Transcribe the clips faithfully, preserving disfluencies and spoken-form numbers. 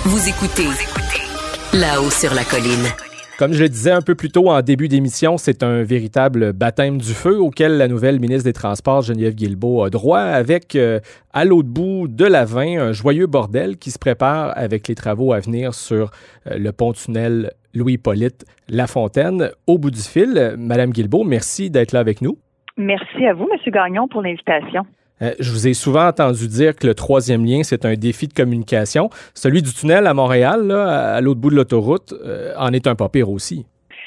Vous écoutez Là-haut sur la colline. Comme je le disais un peu plus tôt en début d'émission, c'est un véritable baptême du feu auquel la nouvelle ministre des Transports, Geneviève Guilbeault, a droit avec, euh, à l'autre bout de la vingt, un joyeux bordel qui se prépare avec les travaux à venir sur euh, le pont-tunnel Louis-Hippolyte Lafontaine. Au bout du fil, Madame Guilbeault, merci d'être là avec nous. Merci à vous, M. Gagnon, pour l'invitation. Euh, je vous ai souvent entendu dire que le troisième lien, c'est un défi de communication. Celui du tunnel à Montréal, là, à l'autre bout de l'autoroute, euh, en est un pas pire aussi.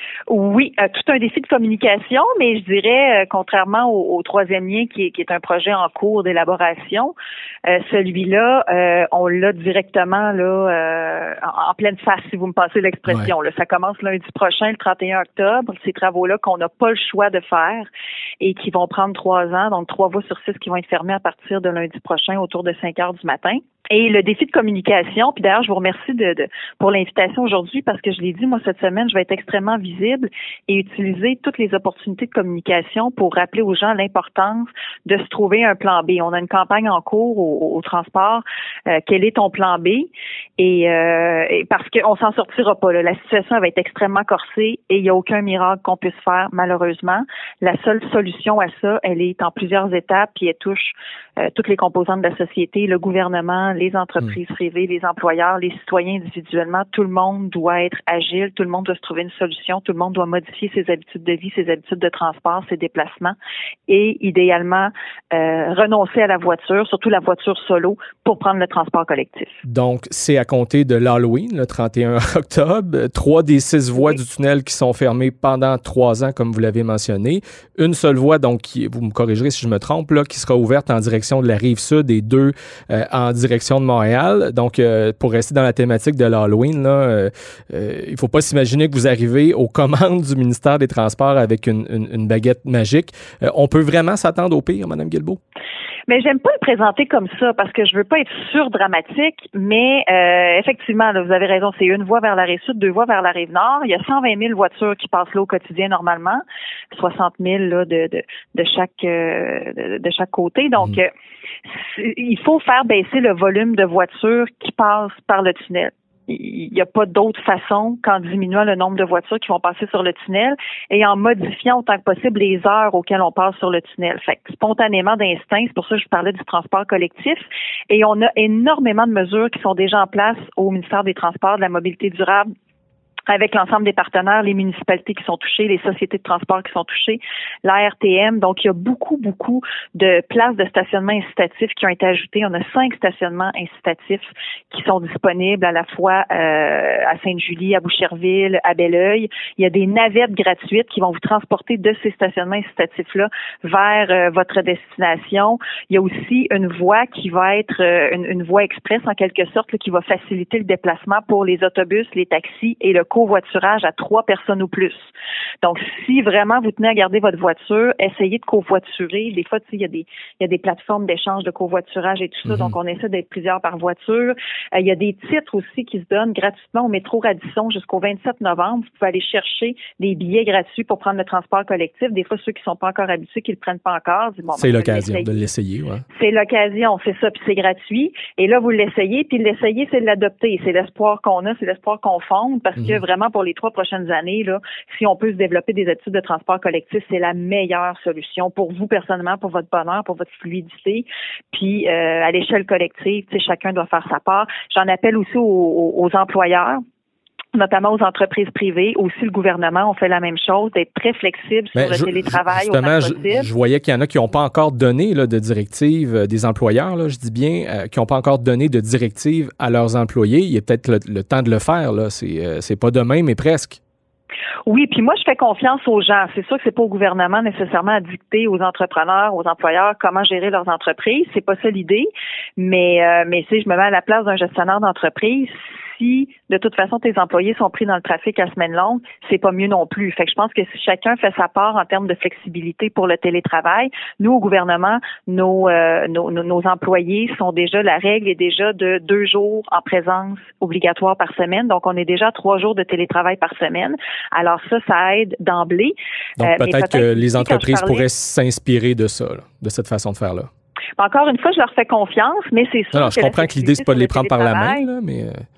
Oui, euh, tout un défi de communication, mais je dirais, euh, contrairement au, au troisième lien, qui est, qui est un projet en cours d'élaboration, euh, celui-là, euh, on l'a directement là euh, en, en pleine face, si vous me passez l'expression. Ouais. Là, ça commence lundi prochain, le trente et un octobre. Ces travaux-là qu'on n'a pas le choix de faire et qui vont prendre trois ans, donc trois voies sur six qui vont être fermées à partir de lundi prochain autour de cinq heures du matin. Et le défi de communication, puis d'ailleurs, je vous remercie de, de pour l'invitation aujourd'hui parce que je l'ai dit, moi, cette semaine, je vais être extrêmement visible et utiliser toutes les opportunités de communication pour rappeler aux gens l'importance de se trouver un plan B. On a une campagne en cours au, au transport. Euh, quel est ton plan B? Et, euh, et parce qu'on s'en sortira pas, là. La situation va être extrêmement corsée et il n'y a aucun miracle qu'on puisse faire, malheureusement. La seule solution à ça, elle est en plusieurs étapes puis elle touche euh, toutes les composantes de la société, le gouvernement, les entreprises privées, les employeurs, les citoyens individuellement. Tout le monde doit être agile, tout le monde doit se trouver une solution, tout le monde doit modifier ses habitudes de vie, ses habitudes de transport, ses déplacements et idéalement euh, renoncer à la voiture, surtout la voiture solo, pour prendre le transport collectif. Donc, c'est à compter de l'Halloween, le trente et un octobre. Trois des six voies oui. du tunnel qui sont fermées pendant trois ans, comme vous l'avez mentionné. Une seule voie, donc, qui, vous me corrigerez si je me trompe, là, qui sera ouverte en direction de la Rive-Sud et deux euh, en direction de Montréal. Donc, euh, pour rester dans la thématique de l'Halloween, là, euh, euh, il ne faut pas s'imaginer que vous arrivez aux commandes du ministère des Transports avec une, une, une baguette magique. Euh, on peut vraiment s'attendre au pire, Mme Guilbeault? Mais j'aime pas le présenter comme ça parce que je veux pas être surdramatique, mais euh, effectivement, là, vous avez raison, c'est une voie vers la Rive-Sud, deux voies vers la Rive-Nord. Il y a cent vingt mille voitures qui passent là au quotidien normalement, soixante mille là, de, de, de chaque euh, de, de chaque côté. Donc, mmh. euh, il faut faire baisser le volume de voitures qui passent par le tunnel. Il n'y a pas d'autre façon qu'en diminuant le nombre de voitures qui vont passer sur le tunnel et en modifiant autant que possible les heures auxquelles on passe sur le tunnel. Fait que spontanément d'instinct, c'est pour ça que je parlais du transport collectif. Et on a énormément de mesures qui sont déjà en place au ministère des Transports, de la mobilité durable, avec l'ensemble des partenaires, les municipalités qui sont touchées, les sociétés de transport qui sont touchées, la R T M. Donc, il y a beaucoup, beaucoup de places de stationnement incitatifs qui ont été ajoutées. On a cinq stationnements incitatifs qui sont disponibles à la fois euh, à Sainte-Julie, à Boucherville, à Belleuil. Il y a des navettes gratuites qui vont vous transporter de ces stationnements incitatifs-là vers euh, votre destination. Il y a aussi une voie qui va être euh, une, une voie express, en quelque sorte, là, qui va faciliter le déplacement pour les autobus, les taxis et le covoiturage à trois personnes ou plus. Donc, si vraiment vous tenez à garder votre voiture, essayez de covoiturer. Des fois, tu sais, il y a des, il y a des plateformes d'échange de covoiturage et tout ça. Mm-hmm. Donc, on essaie d'être plusieurs par voiture. Euh, il y a des titres aussi qui se donnent gratuitement au métro Radisson jusqu'au vingt-sept novembre. Vous pouvez aller chercher des billets gratuits pour prendre le transport collectif. Des fois, ceux qui sont pas encore habitués, qui le prennent pas encore, disent, bon, c'est ben, l'occasion de l'essayer, ouais. C'est l'occasion, c'est ça, puis c'est gratuit. Et là, vous l'essayez, puis l'essayer, c'est de l'adopter. C'est l'espoir qu'on a, c'est l'espoir qu'on fonde, parce mm-hmm. que vraiment, pour les trois prochaines années, là, si on peut se développer des habitudes de transport collectif, c'est la meilleure solution pour vous personnellement, pour votre bonheur, pour votre fluidité. Puis, euh, à l'échelle collective, tu sais, chacun doit faire sa part. J'en appelle aussi aux, aux employeurs, notamment aux entreprises privées, aussi le gouvernement, on fait la même chose, d'être très flexible sur ben, le je, télétravail. Justement, je, je voyais qu'il y en a qui n'ont pas encore donné là, de directives, euh, des employeurs, là, je dis bien, euh, qui n'ont pas encore donné de directives à leurs employés. Il y a peut-être le, le temps de le faire, là. C'est, euh, c'est pas demain, mais presque. Oui, puis moi, je fais confiance aux gens. C'est sûr que c'est pas au gouvernement nécessairement à dicter aux entrepreneurs, aux employeurs comment gérer leurs entreprises. C'est pas ça l'idée. Mais, euh, mais si je me mets à la place d'un gestionnaire d'entreprise, si de toute façon tes employés sont pris dans le trafic à semaine longue, c'est pas mieux non plus. Fait que je pense que si chacun fait sa part en termes de flexibilité pour le télétravail, nous au gouvernement, nos, euh, nos, nos, nos employés sont déjà, la règle est déjà de deux jours en présence obligatoire par semaine. Donc on est déjà à trois jours de télétravail par semaine. Alors ça, ça aide d'emblée. Donc euh, peut-être, peut-être que les entreprises parlais, pourraient s'inspirer de ça, là, de cette façon de faire-là. Encore une fois, je leur fais confiance, mais c'est sûr non, non, que je comprends que l'idée, c'est pas de les prendre par la main, là, mais...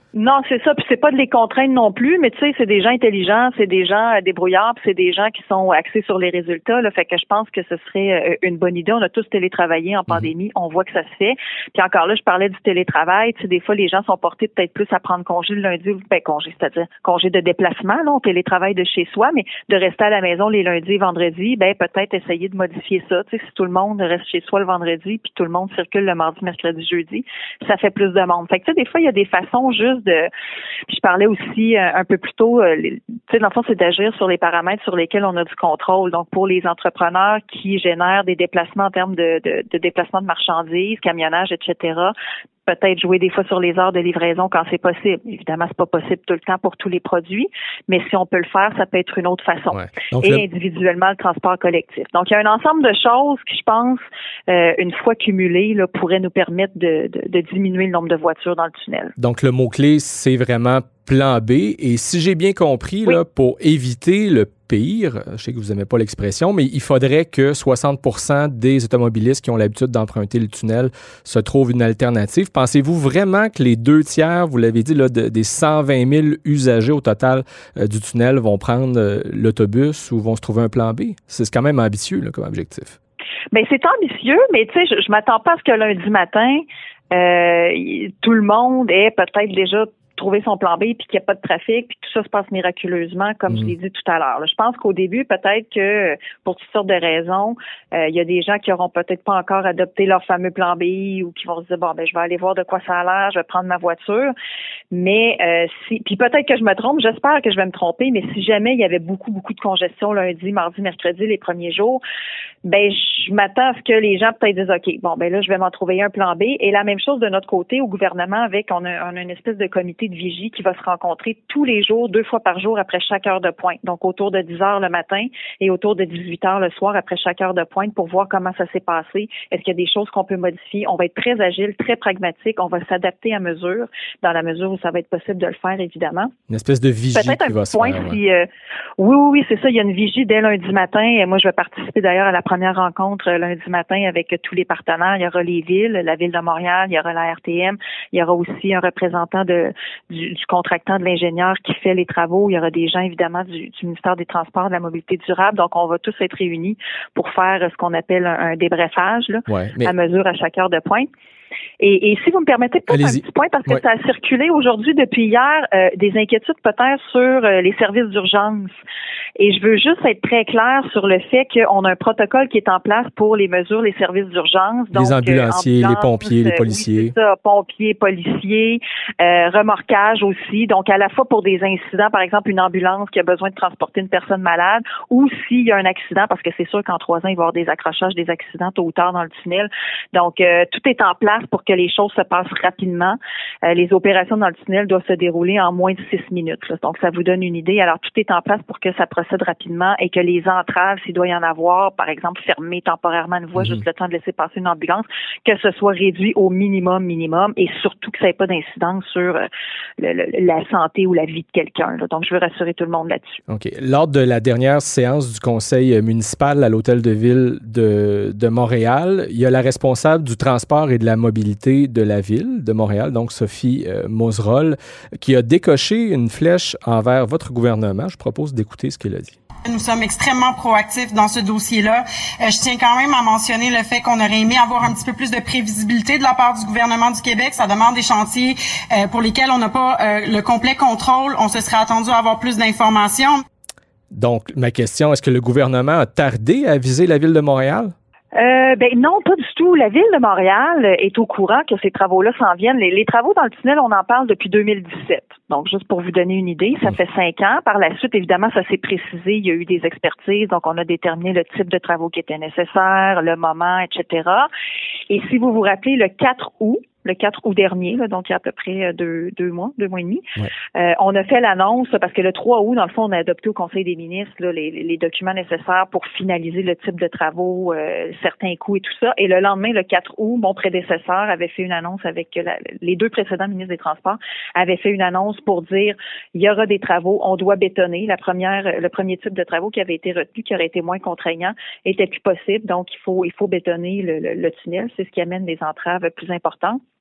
Non, c'est ça. Puis c'est pas de les contraindre non plus, mais tu sais, c'est des gens intelligents, c'est des gens euh, débrouillards, puis c'est des gens qui sont axés sur les résultats. Là, fait que je pense que ce serait euh, une bonne idée. On a tous télétravaillé en pandémie, mmh. on voit que ça se fait. Puis encore là, je parlais du télétravail. Tu sais, des fois, les gens sont portés peut-être plus à prendre congé le lundi, ben congé, c'est-à-dire congé de déplacement, là, on télétravaille de chez soi, mais de rester à la maison les lundis et vendredis, ben peut-être essayer de modifier ça. Tu sais, si tout le monde reste chez soi le vendredi, puis tout le monde circule le mardi, mercredi, jeudi, ça fait plus de monde. Fait que tu sais, des fois, il y a des façons juste de. Puis je parlais aussi euh, un peu plus tôt, euh, tu sais, dans le fond, c'est d'agir sur les paramètres sur lesquels on a du contrôle. Donc, pour les entrepreneurs qui génèrent des déplacements en termes de, de, de déplacement de marchandises, camionnage, et cetera, peut-être jouer des fois sur les heures de livraison quand c'est possible. Évidemment, c'est pas possible tout le temps pour tous les produits, mais si on peut le faire, ça peut être une autre façon. Ouais. Donc, Et le... individuellement, le transport collectif. Donc, il y a un ensemble de choses qui, je pense, euh, une fois cumulées, là, pourraient nous permettre de, de, de diminuer le nombre de voitures dans le tunnel. Donc, le mot-clé, c'est vraiment plan B. Et si j'ai bien compris, oui. là, pour éviter le pire, je sais que vous n'aimez pas l'expression, mais il faudrait que soixante pour cent des automobilistes qui ont l'habitude d'emprunter le tunnel se trouvent une alternative. Pensez-vous vraiment que les deux tiers, vous l'avez dit, là, de, des cent vingt mille usagers au total euh, du tunnel vont prendre euh, l'autobus ou vont se trouver un plan B? C'est quand même ambitieux là, comme objectif. Bien, c'est ambitieux, mais tu sais, je, je m'attends pas à ce que lundi matin, euh, tout le monde ait peut-être déjà trouver son plan B, puis qu'il n'y a pas de trafic, puis tout ça se passe miraculeusement, comme mmh. je l'ai dit tout à l'heure. Là, je pense qu'au début, peut-être que pour toutes sortes de raisons, euh, il y a des gens qui auront peut-être pas encore adopté leur fameux plan B ou qui vont se dire, bon, ben je vais aller voir de quoi ça a l'air, je vais prendre ma voiture. Mais euh, si, puis peut-être que je me trompe, j'espère que je vais me tromper, mais si jamais il y avait beaucoup, beaucoup de congestion lundi, mardi, mercredi, les premiers jours, ben je m'attends à ce que les gens peut-être disent, OK, bon, ben là, je vais m'en trouver un plan B. Et la même chose de notre côté, au gouvernement, avec, on a, on a une espèce de comité de vigie qui va se rencontrer tous les jours, deux fois par jour après chaque heure de pointe. Donc, autour de dix heures le matin et autour de dix-huit heures le soir après chaque heure de pointe pour voir comment ça s'est passé. Est-ce qu'il y a des choses qu'on peut modifier? On va être très agile, très pragmatique. On va s'adapter à mesure, dans la mesure où ça va être possible de le faire, évidemment. Une espèce de vigie Peut-être qui un va se point faire. Si, ouais. euh, oui, oui, oui, c'est ça. Il y a une vigie dès lundi matin. Et moi, je vais participer d'ailleurs à la première rencontre lundi matin avec tous les partenaires. Il y aura les villes, la Ville de Montréal, il y aura la R T M, il y aura aussi un représentant de, du, du contractant de l'ingénieur qui fait les travaux. Il y aura des gens, évidemment, du, du ministère des Transports, de la Mobilité durable. Donc, on va tous être réunis pour faire ce qu'on appelle un, un débrefage là, ouais, mais... à mesure à chaque heure de pointe. Et, et si vous me permettez peut-être un petit point, parce que ouais. ça a circulé aujourd'hui depuis hier, euh, des inquiétudes peut-être sur euh, les services d'urgence. Et je veux juste être très claire sur le fait qu'on a un protocole qui est en place pour les mesures, les services d'urgence. Donc, les ambulanciers, euh, les pompiers, les policiers. Oui, c'est ça, pompiers, policiers, euh, remorquage aussi. Donc, à la fois pour des incidents, par exemple, une ambulance qui a besoin de transporter une personne malade, ou s'il y a un accident, parce que c'est sûr qu'en trois ans, il va y avoir des accrochages, des accidents tôt ou tard dans le tunnel. Donc, euh, tout est en place pour que les choses se passent rapidement. Euh, les opérations dans le tunnel doivent se dérouler en moins de six minutes. Là. Donc, ça vous donne une idée. Alors, tout est en place pour que ça procède rapidement et que les entraves, s'il doit y en avoir, par exemple, fermer temporairement une voie, mmh. juste le temps de laisser passer une ambulance, que ce soit réduit au minimum, minimum, et surtout que ça n'ait pas d'incidence sur euh, le, le, la santé ou la vie de quelqu'un. Là. Donc, je veux rassurer tout le monde là-dessus. OK. Lors de la dernière séance du conseil municipal à l'hôtel de ville de, de Montréal, il y a la responsable du transport et de la mobilité de la ville de Montréal, donc Sophie euh, Mauserol, qui a décoché une flèche envers votre gouvernement. Je propose d'écouter ce qu'elle a dit. Nous sommes extrêmement proactifs dans ce dossier-là. Euh, je tiens quand même à mentionner le fait qu'on aurait aimé avoir un petit peu plus de prévisibilité de la part du gouvernement du Québec. Ça demande des chantiers euh, pour lesquels on n'a pas euh, le complet contrôle. On se serait attendu à avoir plus d'informations. Donc, ma question, est-ce que le gouvernement a tardé à viser la ville de Montréal? Euh, ben non, pas du tout. La Ville de Montréal est au courant que ces travaux-là s'en viennent. Les, les travaux dans le tunnel, on en parle depuis deux mille dix-sept. Donc, juste pour vous donner une idée, ça fait cinq ans. Par la suite, évidemment, ça s'est précisé. Il y a eu des expertises. Donc, on a déterminé le type de travaux qui étaient nécessaires, le moment, et cetera. Et si vous vous rappelez, le quatre août, le quatre août dernier, là, donc il y a à peu près deux, deux mois, deux mois et demi. Ouais. Euh, on a fait l'annonce parce que le trois août, dans le fond, on a adopté au Conseil des ministres là, les, les documents nécessaires pour finaliser le type de travaux, euh, certains coûts et tout ça. Et le lendemain, le quatre août, mon prédécesseur avait fait une annonce avec la, les deux précédents ministres des Transports, avaient fait une annonce pour dire il y aura des travaux, on doit bétonner. La première, le premier type de travaux qui avait été retenu, qui aurait été moins contraignant, était plus possible. Donc, il faut, il faut bétonner le, le, le tunnel. C'est ce qui amène des entraves plus importantes.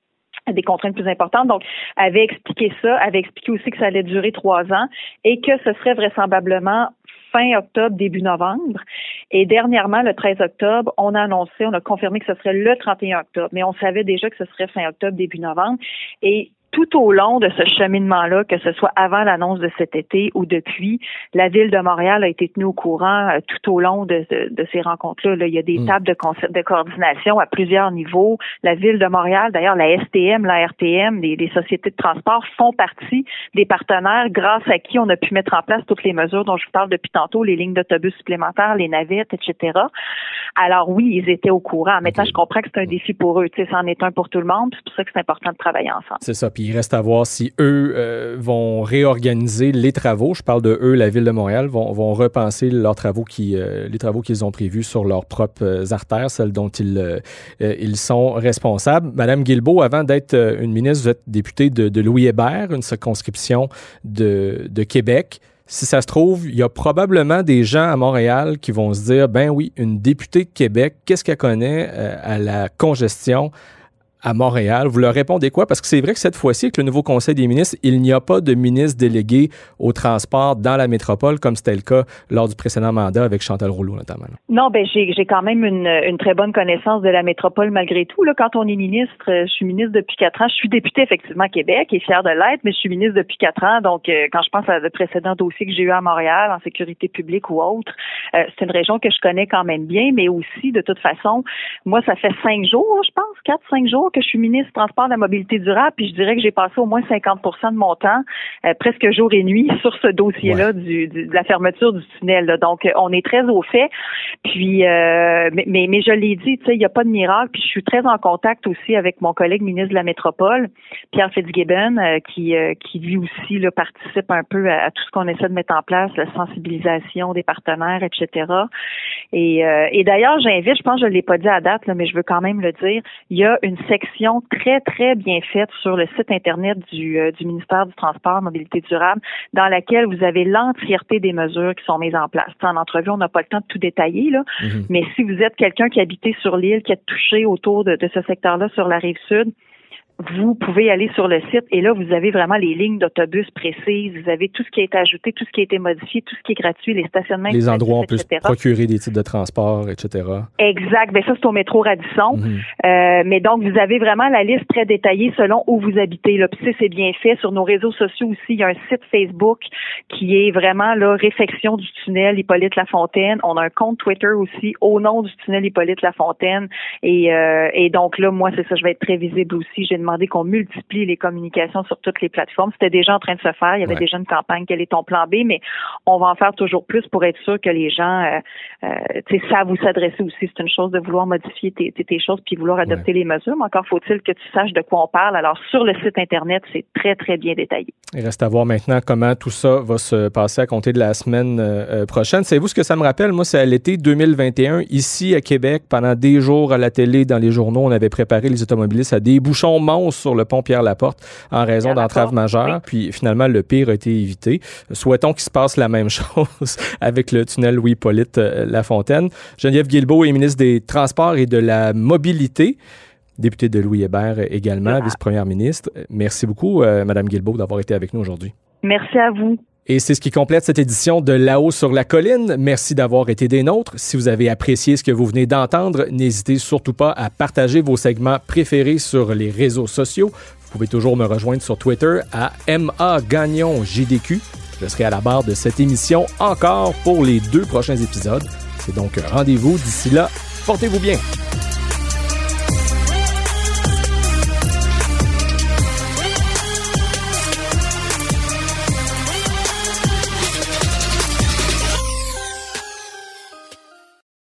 des contraintes plus importantes. Donc, avait expliqué ça, avait expliqué aussi que ça allait durer trois ans et que ce serait vraisemblablement fin octobre, début novembre. Et dernièrement, le treize octobre, on a annoncé, on a confirmé que ce serait le trente et un octobre. Mais on savait déjà que ce serait fin octobre, début novembre. Et tout au long de ce cheminement-là, que ce soit avant l'annonce de cet été ou depuis, la Ville de Montréal a été tenue au courant euh, tout au long de, de, de ces rencontres-là. Là, il y a des mmh. tables de concept de coordination à plusieurs niveaux. La Ville de Montréal, d'ailleurs, la S T M, la R T M, les, les sociétés de transport font partie des partenaires grâce à qui on a pu mettre en place toutes les mesures dont je vous parle depuis tantôt, les lignes d'autobus supplémentaires, les navettes, et cetera. Alors oui, ils étaient au courant. Maintenant, okay. je comprends que c'est un défi pour eux. Tu sais, c'en est un pour tout le monde. C'est pour ça que c'est important de travailler ensemble. C'est ça. Puis il reste à voir si eux euh, vont réorganiser les travaux. Je parle de eux, la Ville de Montréal, vont, vont repenser leurs travaux qui, euh, les travaux qu'ils ont prévus sur leurs propres euh, artères, celles dont ils, euh, ils sont responsables. Madame Guilbeault, avant d'être euh, une ministre, vous êtes députée de, de Louis-Hébert, une circonscription de, de Québec. Si ça se trouve, il y a probablement des gens à Montréal qui vont se dire, ben oui, une députée de Québec, qu'est-ce qu'elle connaît euh, à la congestion à Montréal? Vous leur répondez quoi? Parce que c'est vrai que cette fois-ci, avec le nouveau Conseil des ministres, il n'y a pas de ministre délégué au transport dans la métropole, comme c'était le cas lors du précédent mandat avec Chantal Rouleau, notamment. Non, ben j'ai, j'ai quand même une, une très bonne connaissance de la métropole malgré tout. Là, quand on est ministre, je suis ministre depuis quatre ans. Je suis députée, effectivement, à Québec et fière de l'être, mais je suis ministre depuis quatre ans. Donc, euh, quand je pense à de précédents dossiers que j'ai eu à Montréal, en sécurité publique ou autre, euh, c'est une région que je connais quand même bien, mais aussi, de toute façon, moi, ça fait cinq jours, je pense, quatre, cinq jours que je suis ministre du Transport et de la Mobilité durable, puis je dirais que j'ai passé au moins cinquante pour cent de mon temps, euh, presque jour et nuit, sur ce dossier-là ouais. du, du, de la fermeture du tunnel. Là. Donc, euh, on est très au fait. Puis, euh, mais, mais, mais je l'ai dit, tu sais, il n'y a pas de miracle. Puis, je suis très en contact aussi avec mon collègue ministre de la Métropole, Pierre Fitzgibbon, euh, qui, euh, qui lui aussi là, participe un peu à, à tout ce qu'on essaie de mettre en place, la sensibilisation des partenaires, et cetera. Et, euh, et d'ailleurs, j'invite, je pense que je ne l'ai pas dit à date, là, mais je veux quand même le dire, il y a une section très, très bien faite sur le site Internet du, euh, du ministère du Transport et Mobilité durable, dans laquelle vous avez l'entièreté des mesures qui sont mises en place. T'sais, en entrevue, on n'a pas le temps de tout détailler, là, mm-hmm. mais si vous êtes quelqu'un qui habite sur l'île, qui est touché autour de, de ce secteur-là sur la Rive-Sud, vous pouvez aller sur le site et là, vous avez vraiment les lignes d'autobus précises, vous avez tout ce qui a été ajouté, tout ce qui a été modifié, tout ce qui est gratuit, les stationnements, les endroits où on peut se procurer des titres de transport, et cetera. Exact. Ben ça, c'est au métro Radisson. Mm-hmm. Euh, mais donc, vous avez vraiment la liste très détaillée selon où vous habitez. Là. Puis c'est bien fait. Sur nos réseaux sociaux aussi, il y a un site Facebook qui est vraiment là, réfection du tunnel Hippolyte-Lafontaine. On a un compte Twitter aussi au nom du tunnel Hippolyte-Lafontaine. Et, euh, et donc là, moi, c'est ça, je vais être très visible aussi. J'ai demandé qu'on multiplie les communications sur toutes les plateformes. C'était déjà en train de se faire. Il y avait ouais. déjà une campagne. Quel est ton plan B? Mais on va en faire toujours plus pour être sûr que les gens euh, euh, savent où s'adresser aussi. C'est une chose de vouloir modifier tes, tes, tes choses puis vouloir adopter ouais. les mesures. Mais encore faut-il que tu saches de quoi on parle. Alors, sur le site Internet, c'est très, très bien détaillé. Il reste à voir maintenant comment tout ça va se passer à compter de la semaine euh, prochaine. Savez-vous ce que ça me rappelle? Moi, c'est à l'été deux mille vingt et un, ici à Québec, pendant des jours à la télé, dans les journaux, on avait préparé les automobilistes à des bouchons monstres sur le pont Pierre-Laporte en raison d'entraves majeures. Oui. Puis finalement, le pire a été évité. Souhaitons qu'il se passe la même chose avec le tunnel Louis-Hippolyte-Lafontaine. Geneviève Guilbeault est ministre des Transports et de la Mobilité, députée de Louis-Hébert également, ah. vice-première ministre. Merci beaucoup, euh, Mme Guilbeault, d'avoir été avec nous aujourd'hui. Merci à vous. Et c'est ce qui complète cette édition de Là-haut sur la colline. Merci d'avoir été des nôtres. Si vous avez apprécié ce que vous venez d'entendre, n'hésitez surtout pas à partager vos segments préférés sur les réseaux sociaux. Vous pouvez toujours me rejoindre sur Twitter à M A Gagnon J D Q. Je serai à la barre de cette émission encore pour les deux prochains épisodes. C'est donc rendez-vous. D'ici là, portez-vous bien.